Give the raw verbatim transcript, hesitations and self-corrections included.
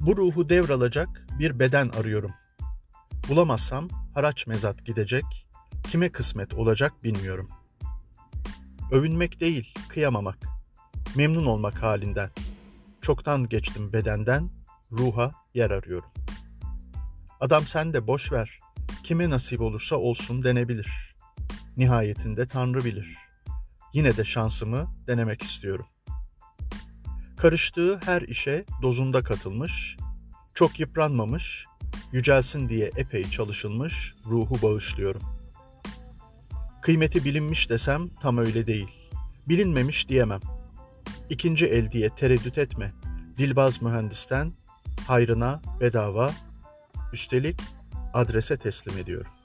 Bu ruhu devralacak bir beden arıyorum. Bulamazsam haraç mezat gidecek, kime kısmet olacak bilmiyorum. Övünmek değil, kıyamamak, memnun olmak halinden. Çoktan geçtim bedenden, ruha yer arıyorum. Adam sen de boş ver, kime nasip olursa olsun denebilir. Nihayetinde Tanrı bilir. Yine de şansımı denemek istiyorum. Karıştığı her işe dozunda katılmış, çok yıpranmamış, yücelsin diye epey çalışılmış ruhu bağışlıyorum. Kıymeti bilinmiş desem tam öyle değil. Bilinmemiş diyemem. İkinci el diye tereddüt etme. Dilbaz mühendisten hayrına bedava, üstelik adrese teslim ediyorum.